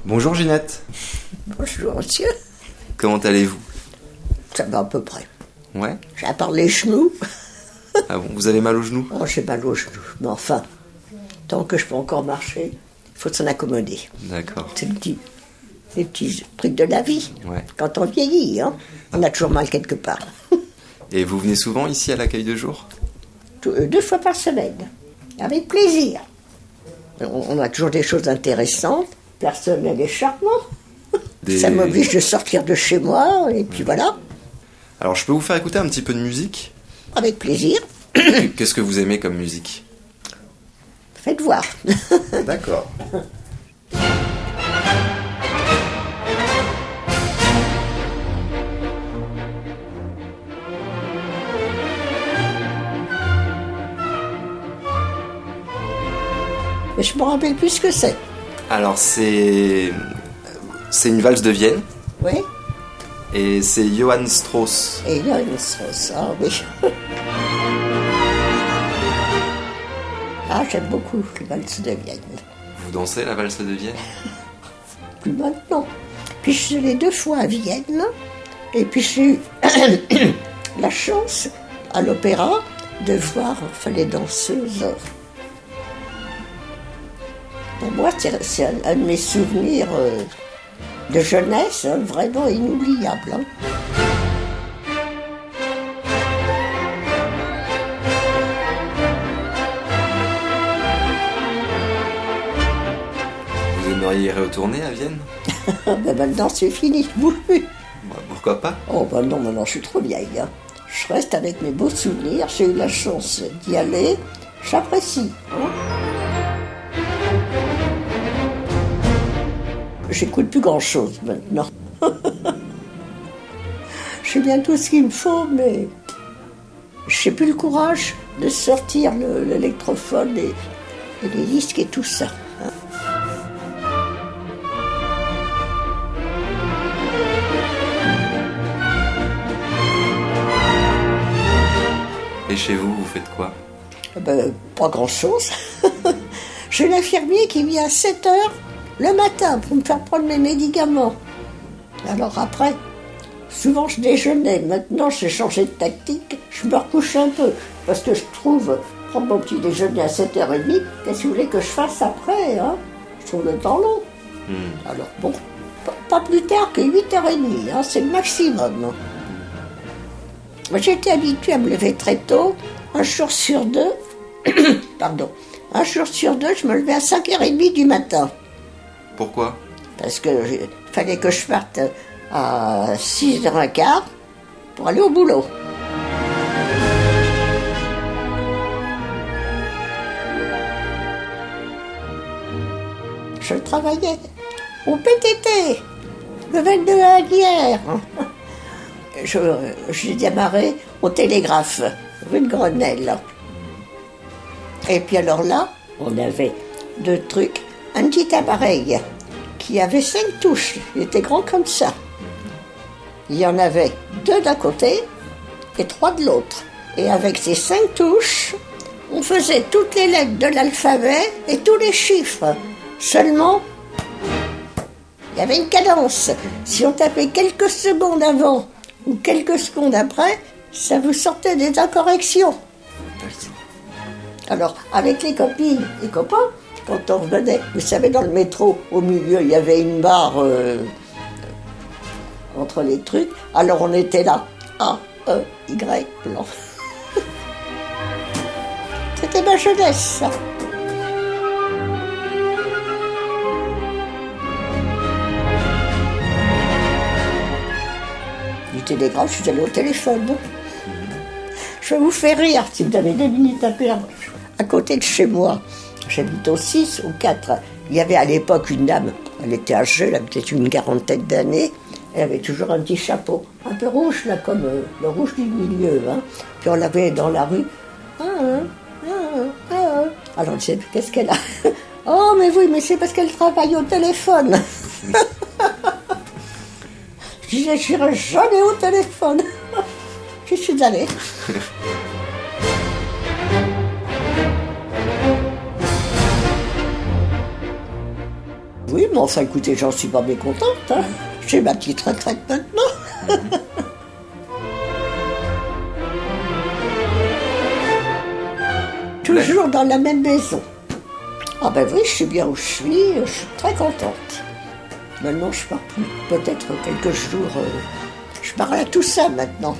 Bonjour Ginette. Bonjour monsieur. Comment allez-vous? Ça va à peu près. Ouais. J'ai à part les genoux. Ah bon, vous avez mal aux genoux? Oh, j'ai mal aux genoux. Mais enfin, tant que je peux encore marcher, il faut s'en accommoder. D'accord. C'est les petits trucs de la vie. Ouais. Quand on vieillit, hein, on a toujours mal quelque part. Et vous venez souvent ici à l'accueil de jour? 2 fois par semaine. Avec plaisir. On a toujours des choses intéressantes. Le personnel est charmant. Ça m'oblige de sortir de chez moi, et puis voilà. Alors je peux vous faire écouter un petit peu de musique? Avec plaisir. Qu'est-ce que vous aimez comme musique? Faites voir. D'accord. Mais je me rappelle plus ce que c'est. Alors c'est une valse de Vienne Oui. et c'est Johann Strauss. Et là, une sauce, ah oui. Ah, j'aime beaucoup les valses de Vienne. Vous dansez la valse de Vienne? Plus maintenant. Puis je suis allée 2 fois à Vienne. Et puis j'ai eu la chance, à l'opéra, de voir les danseuses. Pour moi, c'est un de mes souvenirs de jeunesse, hein, vraiment inoubliable. Hein. Vous aimeriez y retourner à Vienne? Ben maintenant, c'est fini. Oui. Bah, pourquoi pas? Oh ben non, maintenant, je suis trop vieille. Hein. Je reste avec mes beaux souvenirs. J'ai eu la chance d'y aller. J'apprécie. Hein. J'écoute plus grand-chose maintenant. Je sais bien tout ce qu'il me faut, mais je n'ai plus le courage de sortir l'électrophone et les disques et tout ça. Hein. Et chez vous, vous faites quoi? Ben, pas grand-chose. J'ai l'infirmier qui vient à 7 heures le matin pour me faire prendre mes médicaments. Alors après, souvent je déjeunais. Maintenant, j'ai changé de tactique. Je me recouche un peu. Parce que je trouve, prendre mon petit déjeuner à 7h30, qu'est-ce que vous voulez que je fasse après, hein? Je trouve le temps long. Alors bon, pas plus tard que 8h30, hein, c'est le maximum. J'étais habituée à me lever très tôt. Un jour sur 2, pardon, un jour sur 2, je me levais à 5h30 du matin. Pourquoi? Parce que fallait que je parte à 6h15 pour aller au boulot. Je travaillais au PTT, le 22 à Agnières. J'ai démarré au télégraphe, rue de Grenelle. Et puis alors là, on avait 2 trucs. Un petit appareil qui avait 5 touches, il était grand comme ça. Il y en avait 2 d'un côté et 3 de l'autre. Et avec ces 5 touches, on faisait toutes les lettres de l'alphabet et tous les chiffres. Seulement, il y avait une cadence. Si on tapait quelques secondes avant ou quelques secondes après, ça vous sortait des incorrections. Alors, avec les copines et copains, quand on revenait, vous savez, dans le métro, au milieu, il y avait une barre entre les trucs. Alors on était là, A, E, Y, blanc. C'était ma jeunesse, ça. Du télégraphe, je suis allée au téléphone. Je vais vous faire rire si vous avez 2 minutes à perdre. À côté de chez moi, j'habite au 6, au 4. Il y avait à l'époque une dame, elle était âgée, elle avait peut-être une 40aine d'années. Elle avait toujours un petit chapeau, un peu rouge, là, comme le rouge du milieu. Hein. Puis on l'avait dans la rue. Alors je disais, qu'est-ce qu'elle a? Oh, mais oui, mais c'est parce qu'elle travaille au téléphone. Je disais, je n'irai jamais au téléphone. J'y suis allée. Oui, mais enfin, écoutez, j'en suis pas mécontente. Hein. J'ai ma petite retraite maintenant. Toujours dans la même maison. Ah ben oui, je suis bien où je suis très contente. Maintenant, je pars peut-être quelques jours. Je pars à tout ça maintenant.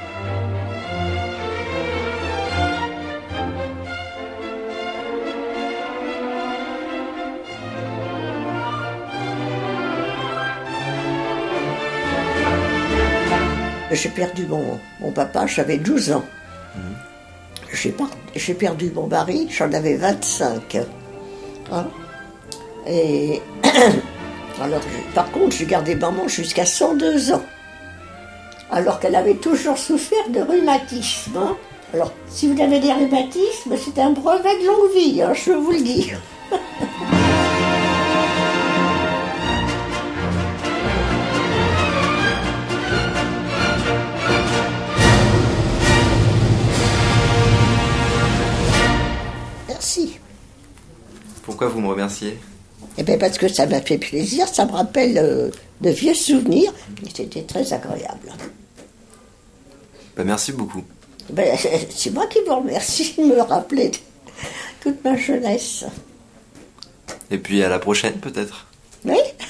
J'ai perdu mon papa, j'avais 12 ans. J'ai perdu mon mari, j'en avais 25. Hein. Et alors, par contre, j'ai gardé maman jusqu'à 102 ans. Alors qu'elle avait toujours souffert de rhumatisme. Hein. Alors, si vous avez des rhumatismes, c'est un brevet de longue vie, hein, je vous le dis. Merci. Pourquoi vous me remerciez? Eh bien parce que ça m'a fait plaisir, ça me rappelle de vieux souvenirs, et c'était très agréable. Ben, merci beaucoup. Ben, c'est moi qui vous remercie de me rappeler toute ma jeunesse. Et puis à la prochaine peut-être. Oui.